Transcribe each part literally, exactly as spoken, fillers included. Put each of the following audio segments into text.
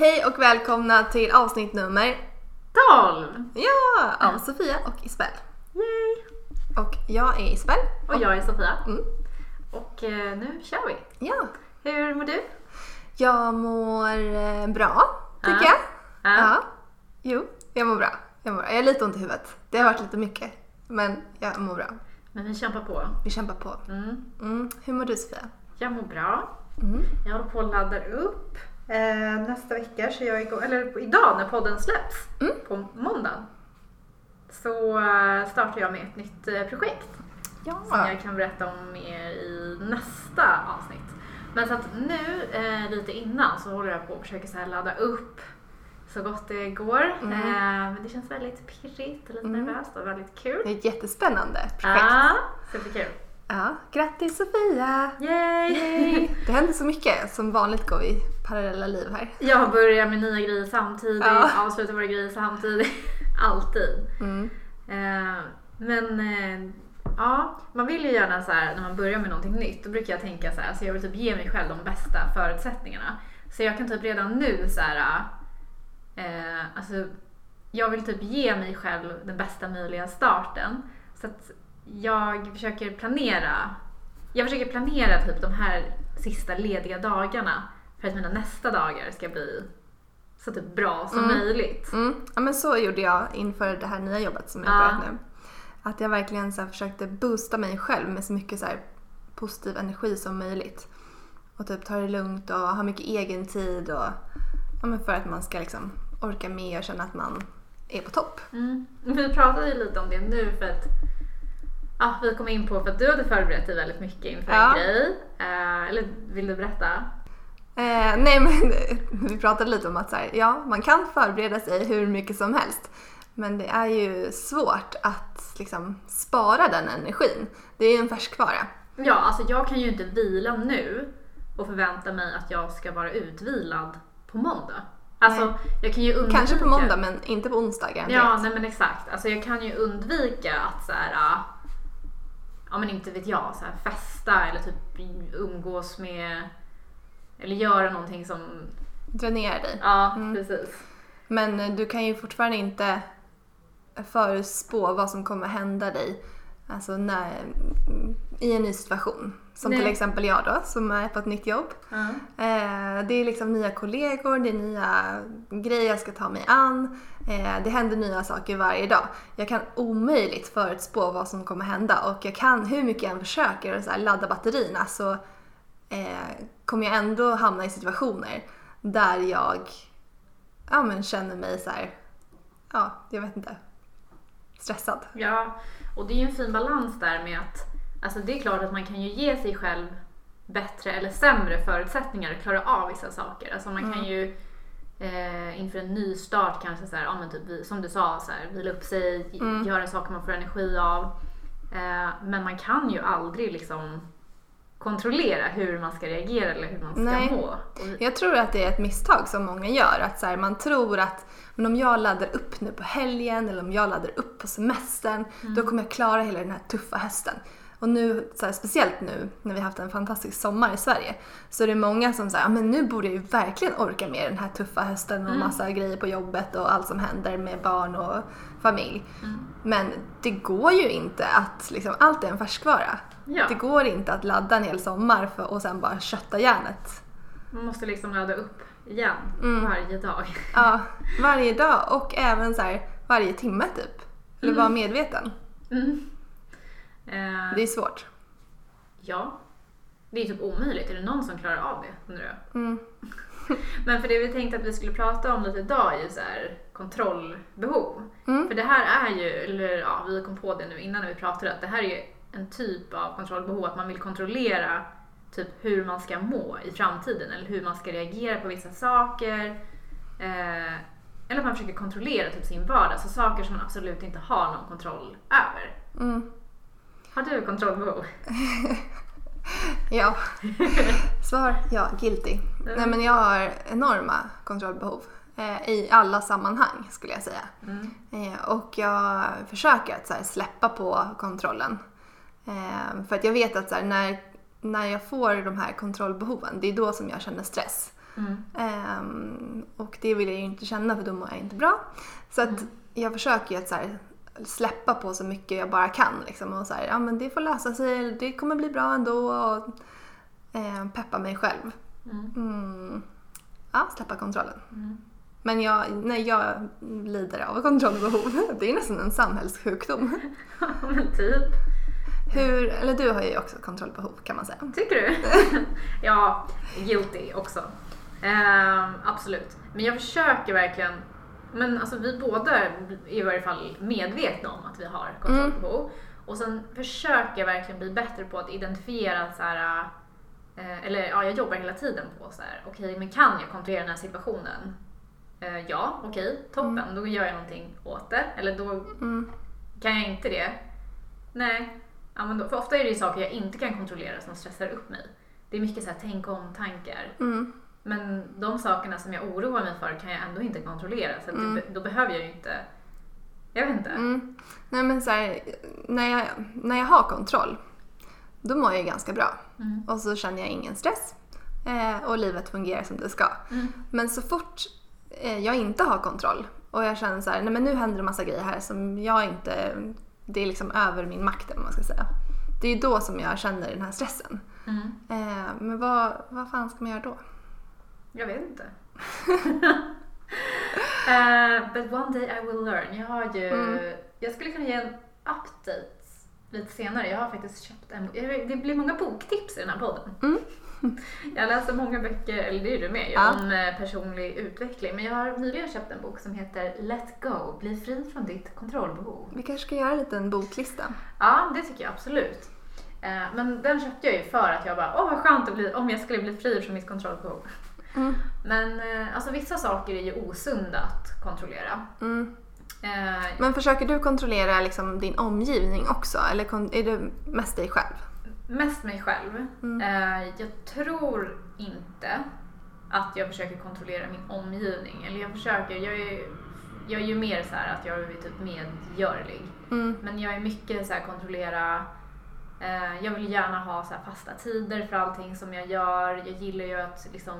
Hej och välkomna till avsnitt nummer tolv! Ja, av Sofia och Isabel. Yay! Och jag är Isabel. Och jag är Sofia. Mm. Och eh, nu kör vi. Ja. Hur mår du? Jag mår eh, bra, tycker Ja. jag. Ja. Ja. Jo, jag mår bra. Jag, mår bra. Jag har lite ont i huvudet. Det har varit lite mycket. Men jag mår bra. Men vi kämpar på. Vi kämpar på. Mm. Mm. Hur mår du, Sofia? Jag mår bra. Mm. Jag håller på att ladda upp. Eh, nästa vecka så jag igång, eller idag när podden släpps, Mm. på måndag, så eh, startar jag med ett nytt eh, projekt. Ja. Som jag kan berätta om mer i nästa avsnitt. Men så att nu, eh, lite innan, så håller jag på att försöka så här ladda upp så gott det går. Mm. Eh, men det känns väldigt pirrigt och lite Mm. nervöst och väldigt kul. Det är ett jättespännande projekt. Ja, superkul. Ja. Grattis, Sofia! Yay! Yay. Det händer så mycket. Som vanligt går vi parallella liv här. Jag börjar med nya grejer samtidigt, Ja. avslutar våra grejer samtidigt. Alltid. Mm. Eh, men eh, ja, man vill ju gärna så här, när man börjar med någonting nytt, då brukar jag tänka så här, så jag vill typ ge mig själv de bästa förutsättningarna. Så jag kan typ redan nu så här, eh, alltså jag vill typ ge mig själv den bästa möjliga starten. Så att jag försöker planera, jag försöker planera typ de här sista lediga dagarna för att mina nästa dagar ska bli så typ bra som Mm. möjligt. Mm. Ja, men så gjorde jag inför det här nya jobbet som jag Ja. börjat nu. Att jag verkligen så här försökte boosta mig själv med så mycket så här positiv energi som möjligt. Och typ ta det lugnt och ha mycket egen tid och ja, men för att man ska liksom orka med och känna att man är på topp. Mm. Vi pratade ju lite om det nu för att ah, vi kom in på för att du hade förberett dig väldigt mycket inför Ja. en grej. Eh, eller vill du berätta? Eh, nej men vi pratade lite om att så här, ja, man kan förbereda sig hur mycket som helst. Men det är ju svårt att liksom spara den energin. Det är ju en färskvara. Ja, alltså jag kan ju inte vila nu och förvänta mig att jag ska vara utvilad på måndag. Alltså Nej. jag kan ju undvika... Kanske på måndag men inte på onsdag garanterat. Ja, nej men exakt. Alltså jag kan ju undvika att så här, ah, ja men inte vet jag, så här festa eller typ umgås med eller göra någonting som, Dränera dig. ja Mm. precis. Men eh, du kan ju fortfarande inte förutspå vad som kommer hända dig alltså när, i en ny situation. Som Nej. till exempel jag då, som är på ett nytt jobb. Ja. Eh, det är liksom nya kollegor, det är nya grejer jag ska ta mig an. Eh, det händer nya saker varje dag. Jag kan omöjligt förutspå vad som kommer hända. Och jag kan, hur mycket jag än försöker så här, ladda batterierna så eh, kommer jag ändå hamna i situationer där jag ja, men känner mig så här, ja, jag vet inte, stressad. Ja, och det är ju en fin balans där med att, alltså det är klart att man kan ju ge sig själv bättre eller sämre förutsättningar att klara av vissa saker. Alltså man kan Mm. ju eh, inför en ny start kanske så här, ja, men typ, som du sa, så här, vila upp sig, Mm. göra saker man får energi av. Eh, men man kan ju aldrig liksom kontrollera hur man ska reagera eller hur man ska Nej. må. Och, Jag tror att det är ett misstag som många gör. Att så här, man tror att men om jag laddar upp nu på helgen eller om jag laddar upp på semestern då kommer jag klara hela den här tuffa hösten. Och nu, så här, speciellt nu när vi har haft en fantastisk sommar i Sverige så är det många som säger men nu borde jag ju verkligen orka med den här tuffa hösten och Mm. massa grejer på jobbet och allt som händer med barn och familj. Mm. Men det går ju inte att liksom, allt är en färskvara. ja, Det går inte att ladda en hel sommar för, och sen bara kötta järnet. man måste liksom ladda upp igen Mm. varje dag. Ja, varje dag och även så här varje timme typ. Eller Mm. vara medveten. Mm. Eh, Det är svårt. Ja, det är typ omöjligt. Är det någon som klarar av det, undrar jag? Mm. Men för det vi tänkte att vi skulle prata om lite idag är ju så här kontrollbehov. Mm. För det här är ju, eller ja, vi kom på det nu innan när vi pratade, att det här är ju en typ av kontrollbehov, att man vill kontrollera typ hur man ska må i framtiden eller hur man ska reagera på vissa saker. Eh, eller att man försöker kontrollera typ sin vardag, så saker som man absolut inte har någon kontroll över. Mm. Har du kontrollbehov? Ja. Svar ja, guilty. Mm. Nej men jag har enorma kontrollbehov. Eh, I alla sammanhang skulle jag säga. Mm. Eh, och jag försöker att så här, släppa på kontrollen. Eh, för att jag vet att så här, när, när jag får de här kontrollbehoven, det är då som jag känner stress. Mm. Um, och det vill jag ju inte känna för då mår jag inte bra. Så att Mm. jag försöker ju att så här, släppa på så mycket jag bara kan. Liksom, och så här, ja men det får lösa sig, det kommer bli bra ändå. Och eh, peppa mig själv. Mm. Mm. Ja, släppa kontrollen. Mm. Men jag, nej, jag lider av kontrollbehov. Det är nästan en samhällssjukdom. Men typ. Hur, eller du har ju också kontrollbehov kan man säga. Tycker du? Ja, guilty också. Ehm, absolut. Men jag försöker verkligen, men alltså vi båda är i varje fall medvetna om att vi har kontrollbehov. Mm. Och sen försöker jag verkligen bli bättre på att identifiera så här, eh, eller ja, jag jobbar hela tiden på så här, okej, okay, men kan jag kontrollera den här situationen? Eh, ja, okej, okay, toppen, mm. då gör jag någonting åt det. Eller då mm. kan jag inte det. Nej. Ja, men då, för ofta är det ju saker jag inte kan kontrollera som stressar upp mig. Det är mycket så här tänk om tankar. Mm. Men de sakerna som jag oroar mig för kan jag ändå inte kontrollera. Så mm. det, då behöver jag ju inte. Jag vet inte. Mm. Nej, men så här, när, jag, när jag har kontroll, då mår jag ganska bra. Mm. Och så känner jag ingen stress. Eh, och livet fungerar som det ska. Mm. Men så fort eh, jag inte har kontroll och jag känner så här, nej men nu händer det massa grejer här som jag inte, det är liksom över min makt om man ska säga. Det är då som jag känner den här stressen. Mm. Eh, men vad, vad fan ska man göra då? Jag vet inte. uh, but one day I will learn. Jag har ju, mm. jag skulle kunna ge en update lite senare. Jag har faktiskt köpt en, det blir många boktips i den här podden. Mm. Jag läser många böcker, eller det är du med, ja. om personlig utveckling. Men jag har nyligen köpt en bok som heter Let Go, bli fri från ditt kontrollbehov. Vi kanske ska göra en liten boklista. Ja, det tycker jag absolut. Men den köpte jag ju för att jag bara, åh vad skönt det blir om jag skulle bli fri från mitt kontrollbehov. Mm. Men alltså vissa saker är ju osunda att kontrollera. Mm. Eh, Men försöker du kontrollera liksom din omgivning också? Eller är du mest dig själv? Mest mig själv. Mm. Eh, jag tror inte att jag försöker kontrollera min omgivning. Eller jag försöker, jag är, jag är ju mer så här att jag är typ medgörlig. Mm. Men jag är mycket så här kontrollera. Eh, jag vill gärna ha så här fasta tider för allting som jag gör. Jag gillar ju att liksom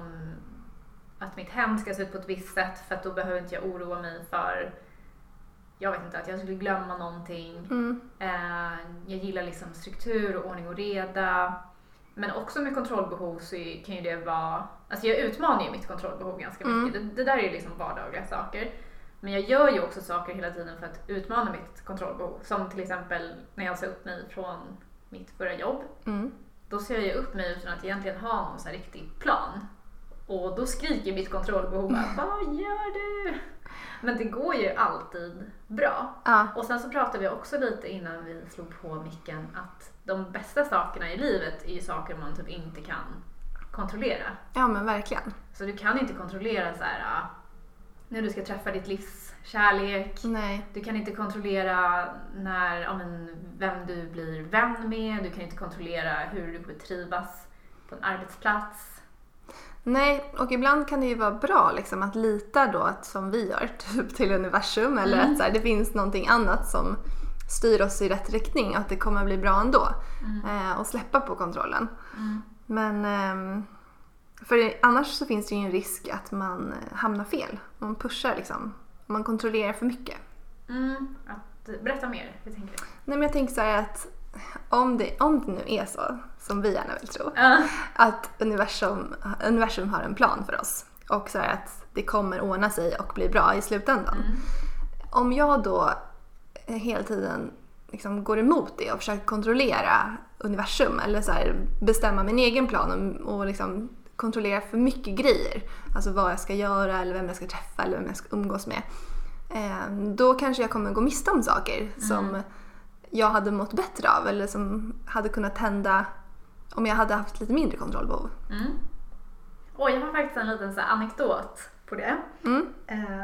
att mitt hem ska se ut på ett visst sätt, för att då behöver inte jag oroa mig för, jag vet inte, att jag skulle glömma någonting. Mm. Eh, jag gillar liksom struktur och ordning och reda. Men också med kontrollbehov så kan ju det vara, alltså jag utmanar ju mitt kontrollbehov ganska mycket. Mm. Det, det där är ju liksom vardagliga saker. Men jag gör ju också saker hela tiden för att utmana mitt kontrollbehov. Som till exempel när jag ser upp mig från mitt förra jobb. Mm. Då ser jag upp mig utan att egentligen ha någon så här riktig plan. Och då skriker mitt kontrollbehov mm. vad gör du? Men det går ju alltid bra. Ja. Och sen så pratade vi också lite innan vi slog på micken att de bästa sakerna i livet är ju saker man typ inte kan kontrollera. Ja, men verkligen. Så du kan inte kontrollera så här när du ska träffa ditt livs kärlek. Nej. Du kan inte kontrollera när, ja, men, vem du blir vän med. Du kan inte kontrollera hur du kommer trivas på en arbetsplats. Nej, och ibland kan det ju vara bra liksom, att lita då att, som vi gör typ, till universum. Eller mm. att så här, det finns någonting annat som styr oss i rätt riktning. Att det kommer bli bra ändå. Mm. Eh, och släppa på kontrollen. Mm. Men eh, för annars så finns det ju en risk att man hamnar fel. Man pushar liksom. Man kontrollerar för mycket. Mm. Att, berätta mer, hur tänker du? Nej, men jag tänker så här att om det, om det nu är så, som vi gärna vill tro, uh. att universum, universum har en plan för oss. Och så här att det kommer ordna sig och bli bra i slutändan. Mm. Om jag då hela tiden liksom går emot det och försöker kontrollera universum. Eller så här, bestämma min egen plan och, och liksom kontrollera för mycket grejer. Alltså vad jag ska göra eller vem jag ska träffa eller vem jag ska umgås med. Eh, då kanske jag kommer gå miste om saker mm. som jag hade mått bättre av. Eller som hade kunnat hända om jag hade haft lite mindre kontrollbehov. Mm. Och jag har faktiskt en liten så här anekdot på det. Mm. Eh,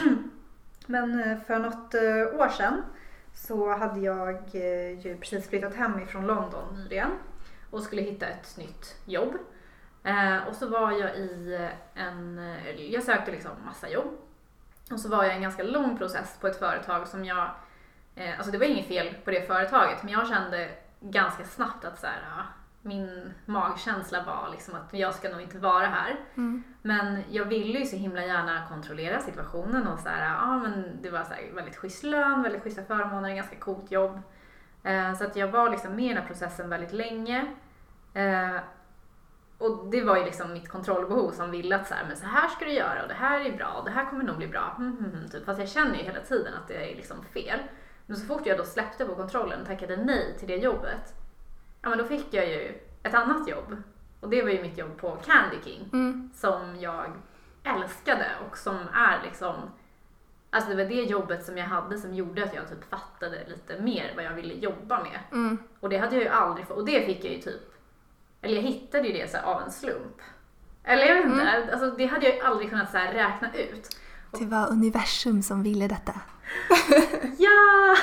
men för något år sedan så hade jag ju precis flyttat hem ifrån London nyligen. Och skulle hitta ett nytt jobb. Eh, och så var jag i en, jag sökte liksom massa jobb. Och så var jag i en ganska lång process på ett företag som jag, eh, alltså det var inget fel på det företaget. Men jag kände ganska snabbt att så här, min magkänsla var liksom att jag ska nog inte vara här. Mm. Men jag ville ju så himla gärna kontrollera situationen och så här, ja men det var så här väldigt schysst lön, väldigt schyssta förmåner, ganska coolt jobb. Eh, så att jag var liksom med i den här processen väldigt länge. Eh, och det var ju liksom mitt kontrollbehov som ville att så här, men så här ska du göra och det här är bra och det här kommer nog bli bra. Mm, mm, mm, typ. Fast jag känner ju hela tiden att det är liksom fel. Men så fort jag då släppte på kontrollen och tackade nej till det jobbet, ja men då fick jag ju ett annat jobb. Och det var ju mitt jobb på Candy King. Mm. Som jag älskade och som är liksom, alltså det var det jobbet som jag hade som gjorde att jag typ fattade lite mer vad jag ville jobba med. Mm. Och det hade jag ju aldrig fått, och det fick jag ju typ, eller jag hittade ju det så här av en slump. Eller jag vet inte, Mm. alltså det hade jag ju aldrig kunnat så här räkna ut. Det var universum som ville detta. Ja!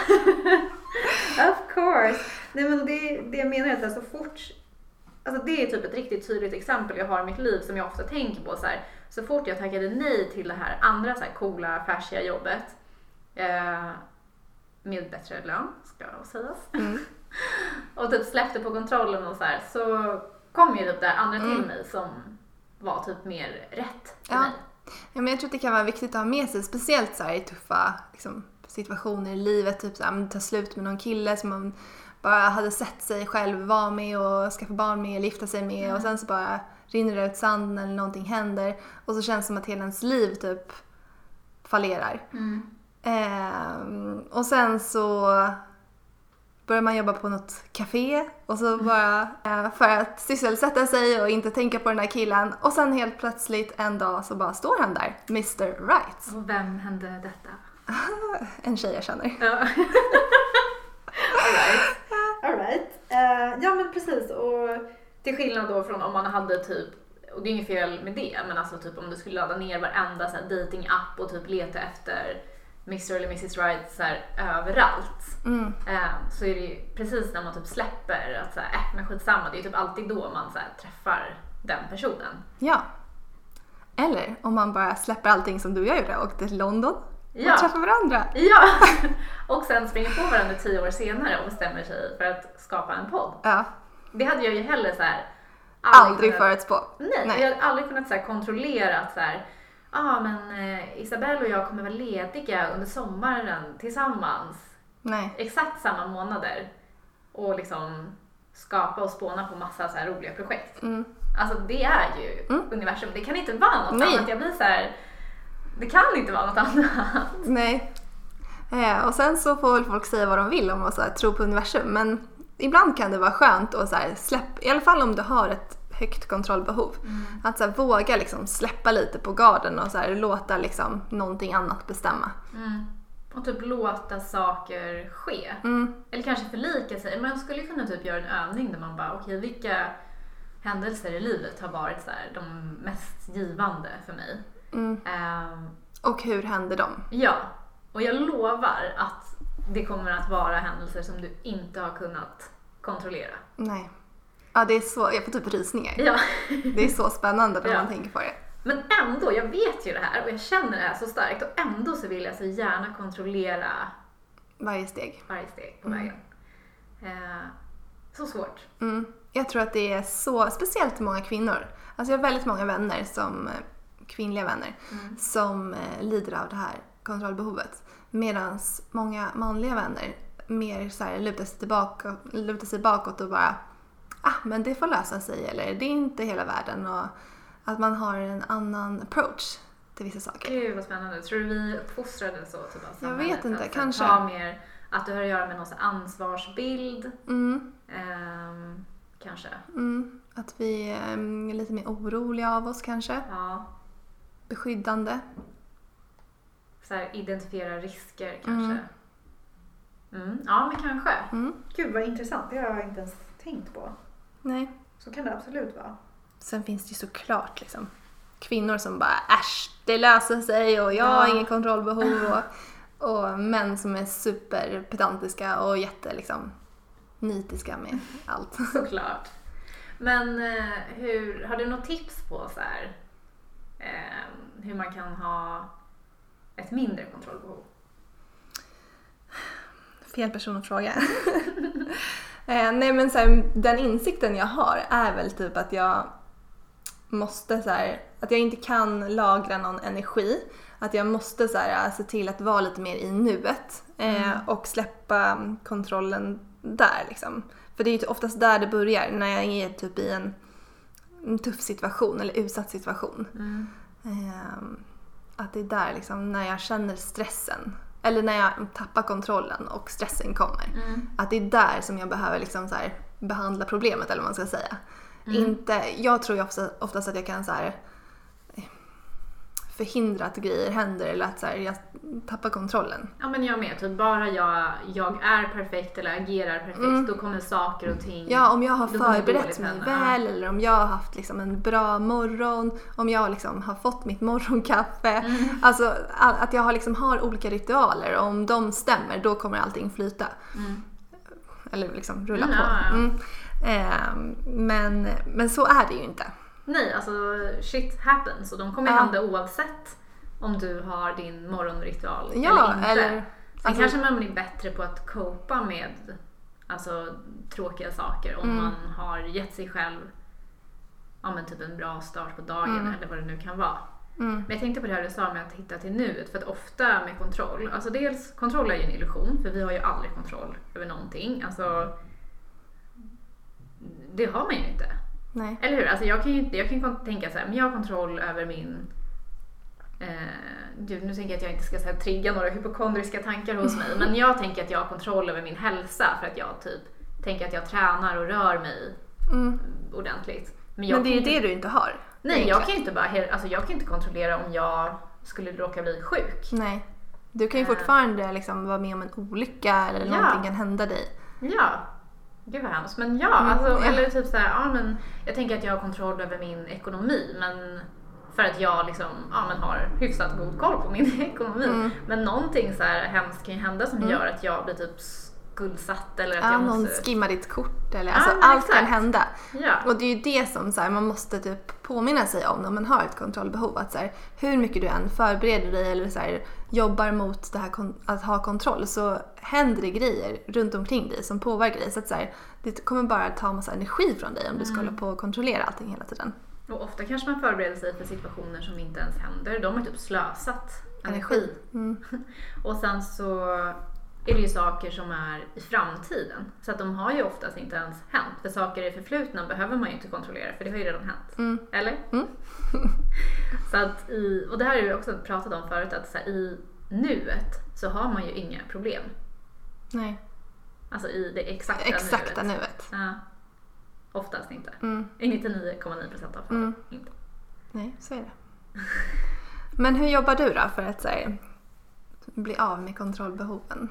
Of course! Nej men det, det jag menar är att så fort, alltså det är typ ett riktigt tydligt exempel jag har i mitt liv som jag ofta tänker på så här. Så fort jag tackade nej till det här andra så här coola, färsiga jobbet eh, med bättre lön, ska sägas. Mm. Och typ släppte på kontrollen och så här, så kom ju typ det andra till Mm. mig som var typ mer rätt för Ja. mig. Ja, men jag tror att det kan vara viktigt att ha med sig, speciellt så här i tuffa liksom, situationer i livet. Typ så här, man tar slut med någon kille som man bara hade sett sig själv vara med och skaffa barn med, gifta sig med. Mm. Och sen så bara rinner det ut sanden eller någonting händer. Och så känns det som att hela ens liv typ fallerar. Mm. Ehm, och sen så börjar man jobba på något café och så bara eh, för att sysselsätta sig och inte tänka på den där killen. Och sen helt plötsligt en dag så bara står han där, mister Right. Och vem hände detta? En tjej jag känner. Ja. All right. All right. Uh, ja men precis, och till skillnad då från om man hade typ, och det är inget fel med det, men alltså typ om du skulle ladda ner varenda så här dating-app och typ leta efter mister eller missus Right så här överallt. Mm. Uh, så är det ju precis när man typ släpper att så här, äh, men skitsamma, det är typ alltid då man så här, träffar den personen. Ja. Eller om man bara släpper allting som du och jag gjorde och åkte till London och Ja. träffar varandra. Ja, och sen springer på varandra tio år senare och bestämmer sig för att skapa en podd. Ja. Det hade jag ju heller så här Aldrig kunnat, förutspå. nej, Nej. jag hade aldrig kunnat så här kontrollera att så här, ah, men eh, Isabelle och jag kommer vara lediga under sommaren tillsammans. Nej. Exakt samma månader. Och liksom skapa och spåna på massa så här roliga projekt. Mm. Alltså det är ju Mm. universum. Det kan inte vara något Nej. annat. Jag blir så här, det kan inte vara något annat. Nej. Eh, och sen så får väl folk säga vad de vill om att så här, tro på universum. Men ibland kan det vara skönt att så här, släpp, i alla fall om du har ett högt kontrollbehov. Mm. Att så här, våga liksom, släppa lite på garden och så här, låta liksom, någonting annat bestämma. Mm. Och typ låta saker ske. Mm. Eller kanske förlika sig. Man skulle kunna typ göra en övning där man bara, okej, okay, vilka händelser i livet har varit så här, de mest givande för mig? Mm. Um, Och hur händer de? ja, och jag lovar att det kommer att vara händelser som du inte har kunnat kontrollera. Nej. Ja, det är så, jag får typ rysningar. Ja. Det är så spännande när Ja. man tänker på det. Men ändå, jag vet ju det här och jag känner det här så starkt och ändå så vill jag så gärna kontrollera Varje steg. varje steg på Mm. vägen. Eh, så svårt. Mm. Jag tror att det är så, speciellt till många kvinnor. Alltså jag har väldigt många vänner, som kvinnliga vänner, Mm. som eh, lider av det här kontrollbehovet. Medan många manliga vänner mer så här, lutar, sig tillbaka, lutar sig bakåt och bara, ah, men det får lösa sig, eller det är inte hela världen. Och att man har en annan approach till vissa saker. Gud vad spännande. Tror du vi uppfostrade så typ av samhället? vet inte, att, kanske. Att, ha mer, att du har att göra med någon så ansvarsbild. Mm. Ehm, kanske. Mm. Att vi eh, är lite mer oroliga av oss kanske. Ja. Beskyddande. Så här, identifiera risker kanske. Mm. Mm. Ja, men kanske. Mm. Gud vad intressant. Det har jag inte ens tänkt på. Nej. Så kan det absolut vara. Sen finns det ju såklart liksom kvinnor som bara äsch, det löser sig och jag har Ja. ingen kontrollbehov. Och, och män som är superpedantiska och jätte liksom nitiska med allt. Såklart. Men eh, hur, har du något tips på så här, eh, hur man kan ha ett mindre kontrollbehov? Fel person att fråga. Eh, nej men så här, den insikten jag har är väl typ att jag måste så här, att jag inte kan lagra någon energi. Att jag måste så här, se till att vara lite mer i nuet. Eh, mm. Och släppa kontrollen där liksom. För det är ju oftast där det börjar. När jag är typ i en, en tuff situation eller utsatt situation. Mm. Eh, att det är där liksom, när jag känner stressen. Eller när jag tappar kontrollen och stressen kommer. Mm. Att det är där som jag behöver liksom så här behandla problemet eller vad man ska säga. Mm. Inte, jag tror ju ofta, oftast att jag kan så här förhindra att grejer händer eller att så här, jag tappar kontrollen. Ja men jag med, typ bara jag, jag är perfekt eller agerar perfekt mm. då kommer saker och ting. Ja, om jag har förberett mig hända. väl eller om jag har haft liksom en bra morgon, om jag liksom har fått mitt morgonkaffe. Mm. Alltså att jag har, liksom har olika ritualer och om de stämmer då kommer allting flyta. Mm. Eller liksom rulla mm, på. Ja, ja. Mm. Eh, men, men så är det ju inte. Nej, alltså shit happens och de kommer ju ja. hända oavsett om du har din morgonritual ja, eller inte. Eller, Sen alltså, kanske man blir bättre på att copa med alltså, tråkiga saker om mm. man har gett sig själv ja, men typ en bra start på dagen mm. eller vad det nu kan vara. Mm. Men jag tänkte på det här du sa med att hitta till nuet, för att ofta med kontroll, alltså dels kontroll är ju en illusion för vi har ju aldrig kontroll över någonting. Alltså det har man ju inte. Nej. Eller hur? Alltså jag kan ju inte, jag kan tänka så här, men jag har kontroll över min eh, du, nu tänker jag att jag inte ska så här, trigga några hypokondriska tankar hos mig, men jag tänker att jag har kontroll över min hälsa för att jag typ tänker att jag tränar och rör mig mm. ordentligt. Men, jag men det är ju inte, det du inte har. Nej, jag kan inte bara, alltså jag kan inte kontrollera om jag skulle råka bli sjuk. Nej. Du kan ju fortfarande liksom vara med om en olycka eller ja. någonting kan hända dig. Ja. Gud vad hemskt. Men ja, alltså, mm, ja. eller typ så här, ja, men jag tänker att jag har kontroll över min ekonomi, men för att jag liksom, ja, men har hyfsat god koll på min ekonomi. Mm. Men någonting så här hemskt kan ju hända som mm. gör att jag blir typ skuldsatt eller att ja, jag någon måste... skimmar ditt kort eller alltså, ja, allt exakt. kan hända. Ja. Och det är ju det som så här, man måste typ påminna sig om när man har ett kontrollbehov, att så här, hur mycket du än förbereder dig eller så här, jobbar mot det här att ha kontroll, så händer det grejer runt omkring dig som påverkar dig, så att så här, det kommer bara ta massa energi från dig om du ska mm. hålla på och kontrollera allting hela tiden. Och ofta kanske man förbereder sig för situationer som inte ens händer. De har typ slösat energi. Mm. Och sen så är det ju saker som är i framtiden. Så att de har ju oftast inte ens hänt. För saker i förflutna behöver man ju inte kontrollera, för det har ju redan hänt. Mm. Eller? Mm. Så att i, och det här har vi också pratat om förut, att så här, i nuet så har man ju inga problem. Nej. Alltså i det exakta, exakta nuet. nuet. Ja. Oftast inte. Mm. I nittionio komma nio procent av fallen. Mm. Inte. Nej, så är det. Men hur jobbar du då för att så här, bli av med kontrollbehoven?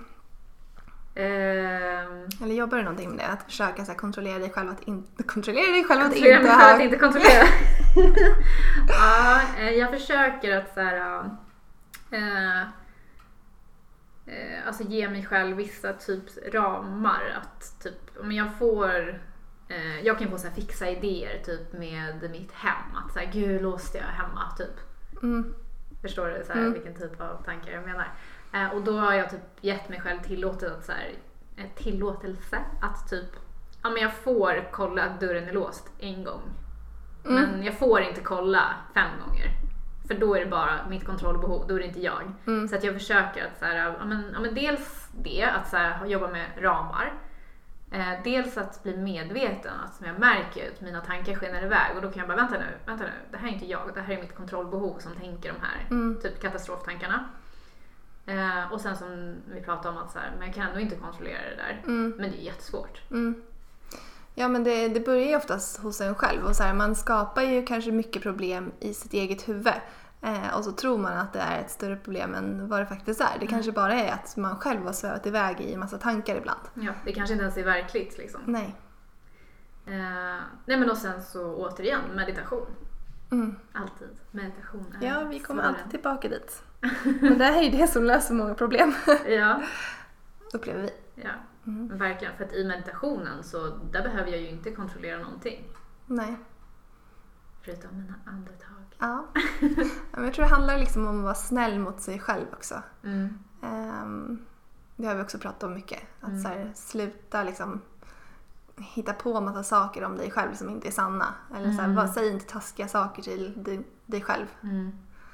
Um, Eller jobbar du någonting med det? Att försöka så här, kontrollera dig själv att inte kontrollera dig själv att kontrollera inte mig själv ha... att inte kontrollera. Ja, jag försöker att så här, äh, äh, alltså ge mig själv vissa typs ramar, att typ om jag får äh, jag kan få så här, fixa idéer typ med mitt hem, att så här, gud låste jag hemma typ. Mm. Förstår du så här, mm. vilken typ av tankar jag menar? Eh, och då har jag typ gett mig själv tillåtelse att så här, tillåtelse att typ, ja men jag får kolla att dörren är låst en gång. Mm. Men jag får inte kolla fem gånger. För då är det bara mitt kontrollbehov, då är det inte jag. Mm. Så att jag försöker att så här, ja men, ja men dels det, att så här, jobba med ramar. Eh, dels att bli medveten, att som jag märker att mina tankar skenar iväg, och då kan jag bara, vänta nu, vänta nu, det här är inte jag, det här är mitt kontrollbehov som tänker de här mm. typ katastroftankarna. Eh, och sen som vi pratade om att så här, men jag kan ändå inte kontrollera det där. Mm. Men det är jättesvårt. Mm. Ja, men det, det börjar ju oftast hos en själv. Och så här, man skapar ju kanske mycket problem i sitt eget huvud. Eh, och så tror man att det är ett större problem än vad det faktiskt är. Det mm. kanske bara är att man själv har svävat iväg i en massa tankar ibland. Ja, det kanske inte ens är verkligt liksom. Nej. Eh, nej men och sen så återigen, meditation. Mm. Alltid. Meditation är Ja, vi kommer svårare. alltid tillbaka dit. Men det här är ju det som löser många problem. Ja. Upplever vi. Ja, mm. verkligen. För att i meditationen så där behöver jag ju inte kontrollera någonting. Nej. Förutom mina andetag. Ja. Men jag tror det handlar liksom om att vara snäll mot sig själv också. Mm. Um, det har vi också pratat om mycket. Att mm. så här, sluta liksom hitta på massa saker om dig själv som inte är sanna. Eller mm. så här, vad, säg inte taskiga saker till dig, dig själv. Mm.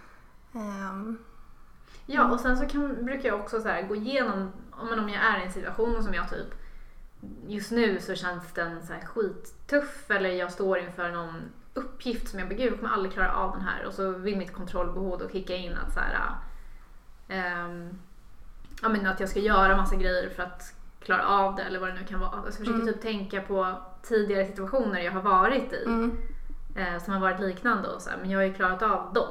Um, ja, och sen så kan, brukar jag också så här, gå igenom, om, om jag är i en situation som jag typ, just nu så känns den så här skittuff, eller jag står inför någon uppgift som jag bara, gud, jag kommer aldrig klara av den här. Och så vill mitt kontrollbehov då kicka in att så här, um, ja, men att jag ska göra massa grejer för att klara av det, eller vad det nu kan vara. Jag försöker mm. typ tänka på tidigare situationer jag har varit i mm. eh, som har varit liknande och så här, men jag har ju klarat av dem.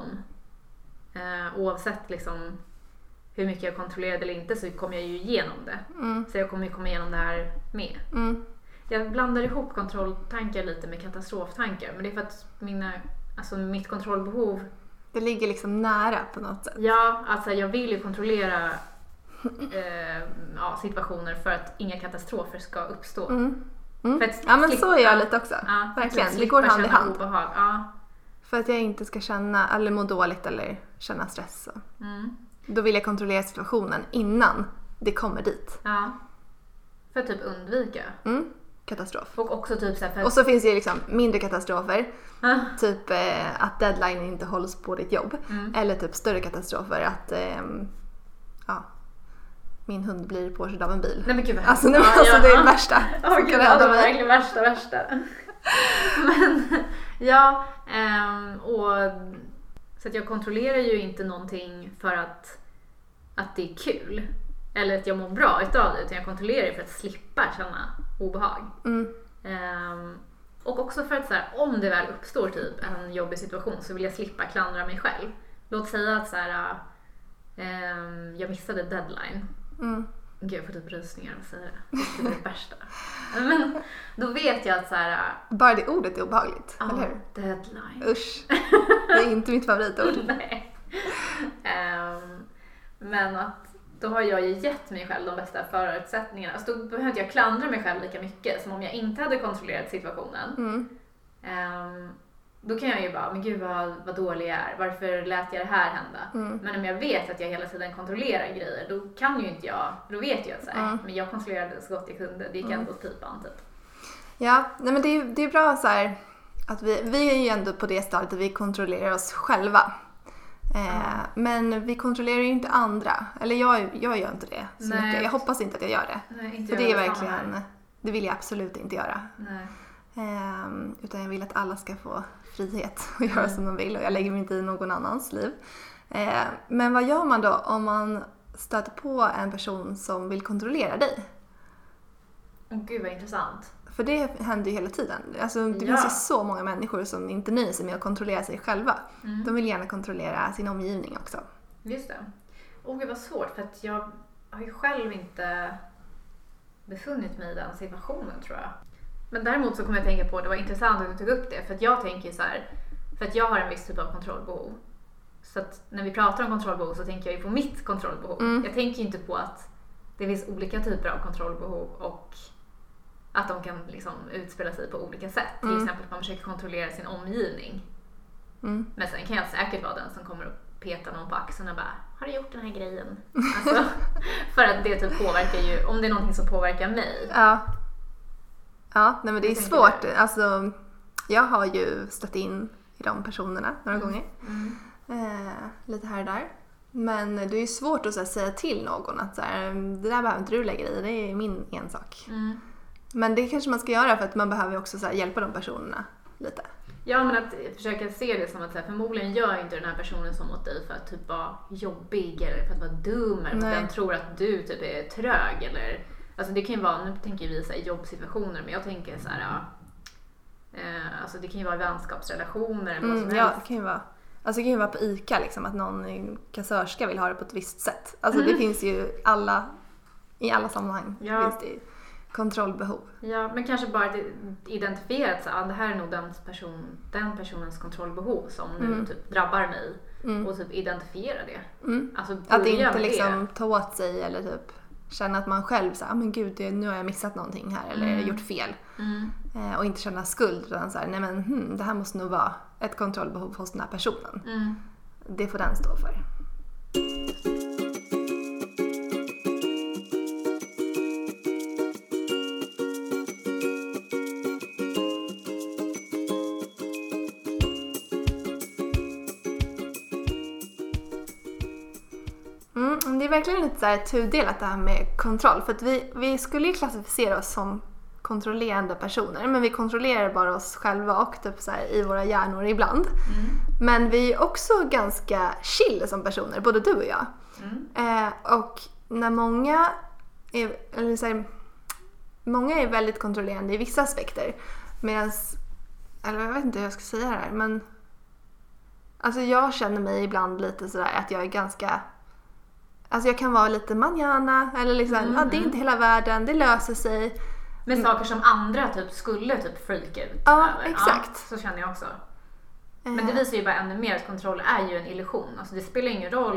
Eh, oavsett liksom hur mycket jag kontrollerade eller inte, så kommer jag ju igenom det. Mm. Så jag kommer ju komma igenom det här med. Mm. Jag blandar ihop kontrolltankar lite med katastroftankar, men det är för att mina, alltså mitt kontrollbehov, det ligger liksom nära på något sätt. Ja, alltså jag vill ju kontrollera eh, ja, situationer för att inga katastrofer ska uppstå. Mm. Mm. För att ja, men slippa, så är jag lite också. Ja, verkligen, det går hand i hand. Obehag. Ja. För att jag inte ska känna, eller må dåligt eller känna stress. Mm. Då vill jag kontrollera situationen innan det kommer dit. Ja. För att typ undvika. Mm. Katastrof. Och också typ så här, för... Och så finns det ju liksom mindre katastrofer. Ah. Typ eh, att deadline inte hålls på ditt jobb. Mm. Eller typ större katastrofer. Att eh, ja, min hund blir påkörd av en bil. Nej men gud vad alltså, nu, ja, alltså ja. det är det värsta. Åh gud, det var verkligen värsta, värsta. Men ja, ähm, och så att jag kontrollerar ju inte någonting för att, att det är kul. Eller att jag mår bra utav det, utan jag kontrollerar det för att slippa känna obehag. Mm. Um, och också för att så här, om det väl uppstår typ en jobbig situation, så vill jag slippa klandra mig själv. Låt säga att så här, um, jag missade deadline. Mm. Gud, jag får typ rysningar och säger det. Det är det värsta. Men då vet jag att så här, bara det ordet är obehagligt, oh, eller hur? Deadline. Usch. Det är inte mitt favoritord. Nej. Um, men att då har jag ju gett mig själv de bästa förutsättningarna. Alltså då behöver inte jag klandra mig själv lika mycket som om jag inte hade kontrollerat situationen. Mm. Um, då kan jag ju bara, men gud vad, vad dålig jag är. Varför lät jag det här hända? Mm. Men om jag vet att jag hela tiden kontrollerar grejer, då kan ju inte jag, då vet jag att så här, Mm. men jag kontrollerade så gott jag kunde. Det gick Mm. ändå åt pipan typ. Ja, nej men det är, det är bra så här att vi, vi är ju ändå på det stadiet att vi kontrollerar oss själva. Eh, Mm. Men vi kontrollerar ju inte andra. Eller jag, jag gör inte det så Nej. mycket. Jag hoppas inte att jag gör det. Nej, inte För jag det är heller, verkligen, samma här. det vill jag absolut inte göra. Nej. Eh, utan jag vill att alla ska få frihet att göra Mm. som de vill. Och jag lägger mig inte i någon annans liv. Eh, men vad gör man då om man stöter på en person som vill kontrollera dig? Oh, gud vad intressant. För det händer ju hela tiden. Alltså, det Ja. finns ju så många människor som inte nöjer sig med att kontrollera sig själva. Mm. De vill gärna kontrollera sin omgivning också. Just det. Och det var svårt för att jag har ju själv inte befunnit mig i den situationen tror jag. Men däremot så kommer jag tänka på, det var intressant att du tog upp det, för att jag tänker så här, för att jag har en viss typ av kontrollbehov. Så att när vi pratar om kontrollbehov så tänker jag ju på mitt kontrollbehov. Mm. Jag tänker ju inte på att det finns olika typer av kontrollbehov och att de kan liksom utspela sig på olika sätt. Till Mm. exempel att man försöker kontrollera sin omgivning. Mm. Men sen kan jag säkert vara den som kommer och peta någon på axeln och bara, har du gjort den här grejen? Alltså, för att det typ påverkar ju, om det är någonting som påverkar mig. Ja. Ja, nej men det är Hur tänker svårt. du? Alltså, jag har ju stött in i de personerna några Mm. gånger. Mm. Eh, lite här och där. Men det är ju svårt att så här, säga till någon att så här, det där behöver inte du lägga i, det är min ensak. Mm. Men det kanske man ska göra för att man behöver också så här, hjälpa de personerna lite. Ja, men att försöka se det som att så här, förmodligen gör inte den här personen som mot dig för att typ vara jobbig eller för att vara dum eller för att Nej. den tror att du typ är trög eller, alltså det kan ju vara, nu tänker vi så här, jobbsituationer, men jag tänker så här, ja, eh, alltså det kan ju vara vänskapsrelationer eller vad som Mm, ja, helst. det kan ju vara. Alltså det kan ju vara på ICA liksom, att någon i kassörska vill ha det på ett visst sätt. Alltså det Mm. finns ju alla, i alla sammanhang Ja. finns det ju kontrollbehov. Ja, men kanske bara att identifiera att så, ah, det här är nog den, person, den personens kontrollbehov som nu Mm. typ drabbar mig Mm. och typ identifiera det. Mm. Alltså Att börja inte med liksom ta åt sig eller typ känna att man själv säger, ah, men gud, det, nu har jag missat någonting här eller Mm. gjort fel. det. Mm. Eh, och inte känna skuld utan så här, nej men hmm, det här måste nog vara ett kontrollbehov hos den här personen. Mm. Det får den stå för. verkligen lite så här tudelat det här med kontroll. För att vi, vi skulle ju klassificera oss som kontrollerande personer. Men vi kontrollerar bara oss själva och typ så här i våra hjärnor ibland. Mm. Men vi är också ganska chill som personer, både du och jag. Mm. Eh, och när många är, eller så här, många är väldigt kontrollerande i vissa aspekter. Medan, eller jag vet inte hur jag ska säga det här, men alltså jag känner mig ibland lite sådär att jag är ganska, alltså jag kan vara lite manjana eller liksom, Mm. ja, det är inte hela världen, det löser sig. Med saker som andra typ skulle typ freaka ut Ja, över. exakt. Ja, så känner jag också. Men det visar ju bara ännu mer att kontroll är ju en illusion. Alltså det spelar ingen roll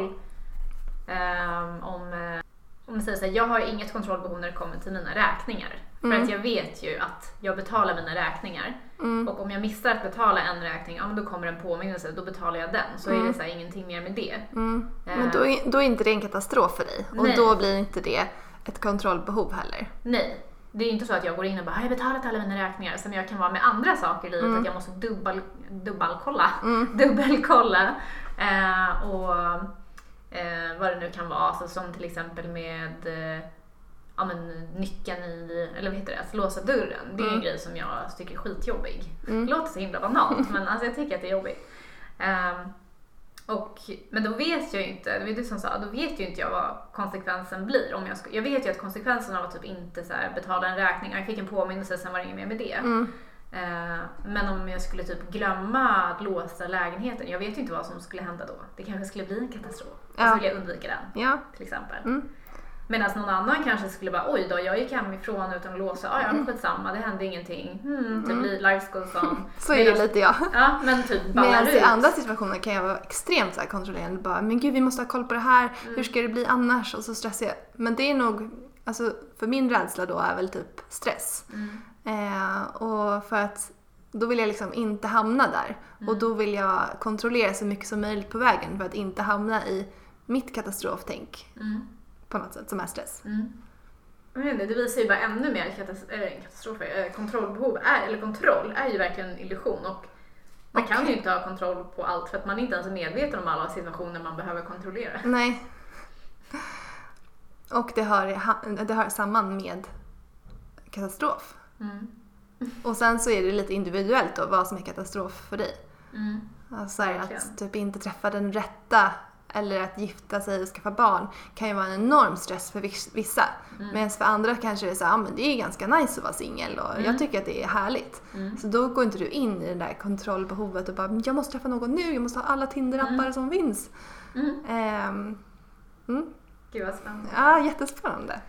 um, om, uh, om man säger så här, jag har inget kontrollbehov när det kommer till mina räkningar. Mm. För att jag vet ju att jag betalar mina räkningar. Mm. Och om jag missar att betala en räkning, ja men då kommer en påminnelse, då betalar jag den. Så Mm. är det så här, ingenting mer med det. Mm. Eh. Men då är, då är inte det en katastrof för dig. Och Nej. då blir inte det ett kontrollbehov heller. Nej, det är inte så att jag går in och bara, jag har betalat alla mina räkningar, som jag kan vara med andra saker i livet, Mm. att jag måste dubbel, dubbelkolla, Mm. dubbelkolla eh, och eh, vad det nu kan vara, alltså, som till exempel med eh, ja, men, nyckeln i, eller vad heter det, att låsa dörren. Det är Mm. en grej som jag tycker är skitjobbig. Mm. Det låter så himla banalt, men alltså, jag tycker att det är jobbigt. Um, och, men då vet jag ju inte, det var du som sa, då vet ju inte jag vad konsekvensen blir. Om jag, ska, jag vet ju att konsekvensen av att typ inte så här, betala en räkning, jag fick en påminnelse, sen var det inget mer med det. Mm. Uh, men om jag skulle typ glömma att låsa lägenheten, jag vet ju inte vad som skulle hända då. Det kanske skulle bli en katastrof. Och Ja. så vill jag undvika den, Ja. till exempel. Mm. Medan någon annan kanske skulle bara, oj då, jag gick hemifrån utan att låsa. Ah, ja, men skitsamma, det hände ingenting. Hmm, typ Mm. life goes on. Så är det Medan- lite jag. Ja, men typ ballar Medan ut. i andra situationer kan jag vara extremt så här kontrollerande. Bara, men gud, vi måste ha koll på det här. Mm. Hur ska det bli annars? Och så stressar jag. Men det är nog, alltså för min rädsla då är väl typ stress. Mm. Eh, och för att då vill jag liksom inte hamna där. Mm. Och då vill jag kontrollera så mycket som möjligt på vägen för att inte hamna i mitt katastroftänk Mm. på något sätt som är stress. Mm. Jag vet inte, det visar ju bara ännu mer katas- äh, katastrofer. Äh, kontrollbehov är, eller kontroll är ju verkligen en illusion, och man kan Okej. ju inte ha kontroll på allt för att man inte ens är medveten om alla situationer man behöver kontrollera. Nej. Och det hör, det hör samman med katastrof. Mm. Och sen så är det lite individuellt då vad som är katastrof för dig. Mm. Alltså här, Verkligen. att typ inte träffa den rätta eller att gifta sig och skaffa barn kan ju vara en enorm stress för viss- vissa. Mm. Medan för andra kanske det är så här, ja, men det är ganska nice att vara singel och Mm. jag tycker att det är härligt. Mm. Så då går inte du in i det där kontrollbehovet och bara, jag måste träffa någon nu, jag måste ha alla Tinder-appar Mm. som finns. Mm. Ehm, mm. Gud vad spännande. Ja, jättespännande.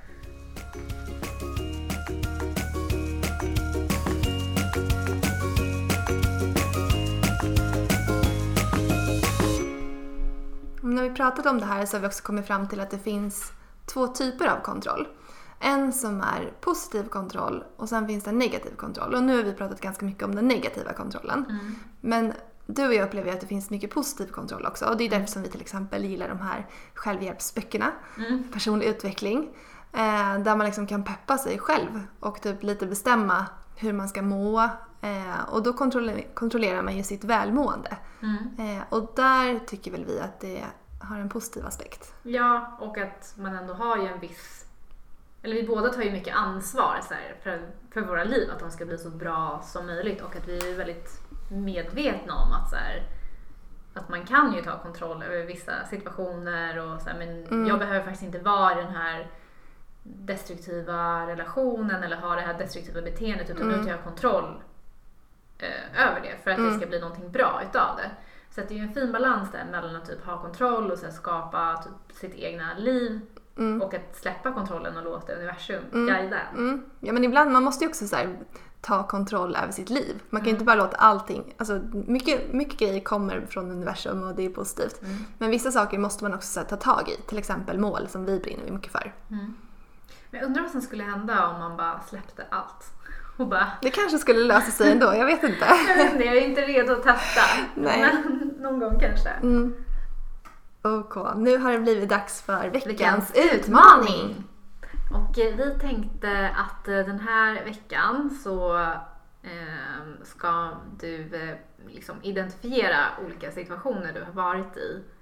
När vi pratat om det här så har vi också kommit fram till att det finns två typer av kontroll. En som är positiv kontroll och sen finns det negativ kontroll. Och nu har vi pratat ganska mycket om den negativa kontrollen. Mm. Men du och jag upplever att det finns mycket positiv kontroll också. Och det är därför som vi till exempel gillar de här självhjälpsböckerna. Mm. Personlig utveckling. Eh, där man liksom kan peppa sig själv och typ lite bestämma hur man ska må. Eh, och då kontroller- kontrollerar man ju sitt välmående. Mm. Eh, och där tycker väl vi att det har en positiv aspekt. Ja, och att man ändå har ju en viss, eller vi båda tar ju mycket ansvar så här, för, för våra liv, att de ska bli så bra som möjligt, och att vi är väldigt medvetna om att så här, att man kan ju ta kontroll över vissa situationer och så här, men Mm. jag behöver faktiskt inte vara i den här destruktiva relationen eller ha det här destruktiva beteendet, utan Mm. nu tar jag kontroll eh, över det för att Mm. det ska bli någonting bra utav det. Så att det är ju en fin balans där mellan att typ ha kontroll och sen skapa typ sitt egna liv Mm. och att släppa kontrollen och låta universum Mm. guida en. Mm. Ja, men ibland man måste ju också så här, ta kontroll över sitt liv. Man kan ju Mm. inte bara låta allting, alltså mycket, mycket grejer kommer från universum och det är positivt. Mm. Men vissa saker måste man också så här, ta tag i, till exempel mål som vi brinner mycket för. Mm. Men jag undrar vad som skulle hända om man bara släppte allt och bara, Det kanske skulle lösa sig ändå, jag vet inte. jag vet inte, jag är inte redo att testa. Nej. Men någon gång kanske. Mm. Okej, nu har det blivit dags för veckans, Veckans utmaning. Och eh, vi tänkte att eh, den här veckan så eh, ska du eh, liksom identifiera olika situationer du har varit i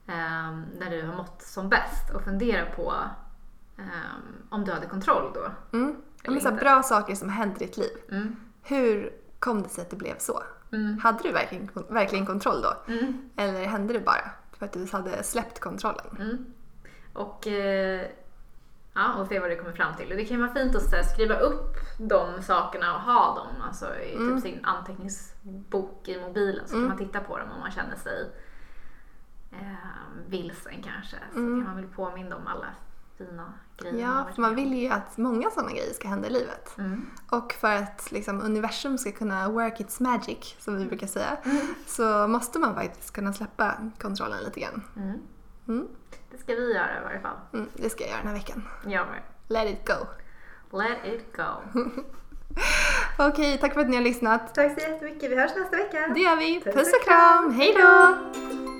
eh, när du har mått som bäst och fundera på eh, om du hade kontroll då. Mm. Men så bra saker som händer i ditt liv. Mm. Hur kom det sig att det blev så? Mm. Hade du verkligen, verkligen kontroll då? Mm. Eller hände det bara för att du hade släppt kontrollen? Mm. Och, eh, ja, och se vad du kommer fram till. Och det kan ju vara fint att så här, skriva upp de sakerna och ha dem alltså, i Mm. typ sin anteckningsbok i mobilen. Så Mm. kan man titta på dem om man känner sig eh, vilsen kanske. Så Mm. kan man väl påminna om alla fina grejer. Ja, har varit för man med om. vill ju att många sådana grejer ska hända i livet. Mm. Och för att liksom, universum ska kunna work its magic, som vi brukar säga, Mm. så måste man faktiskt kunna släppa kontrollen lite grann. Mm. Mm. Det ska vi göra i varje fall. Mm, det ska jag göra den här veckan. Jag med. Let it go. Let it go. Okej, tack för att ni har lyssnat. Tack så jättemycket. Vi hörs nästa vecka. Det gör vi. Puss Puss och och kram. Hej då!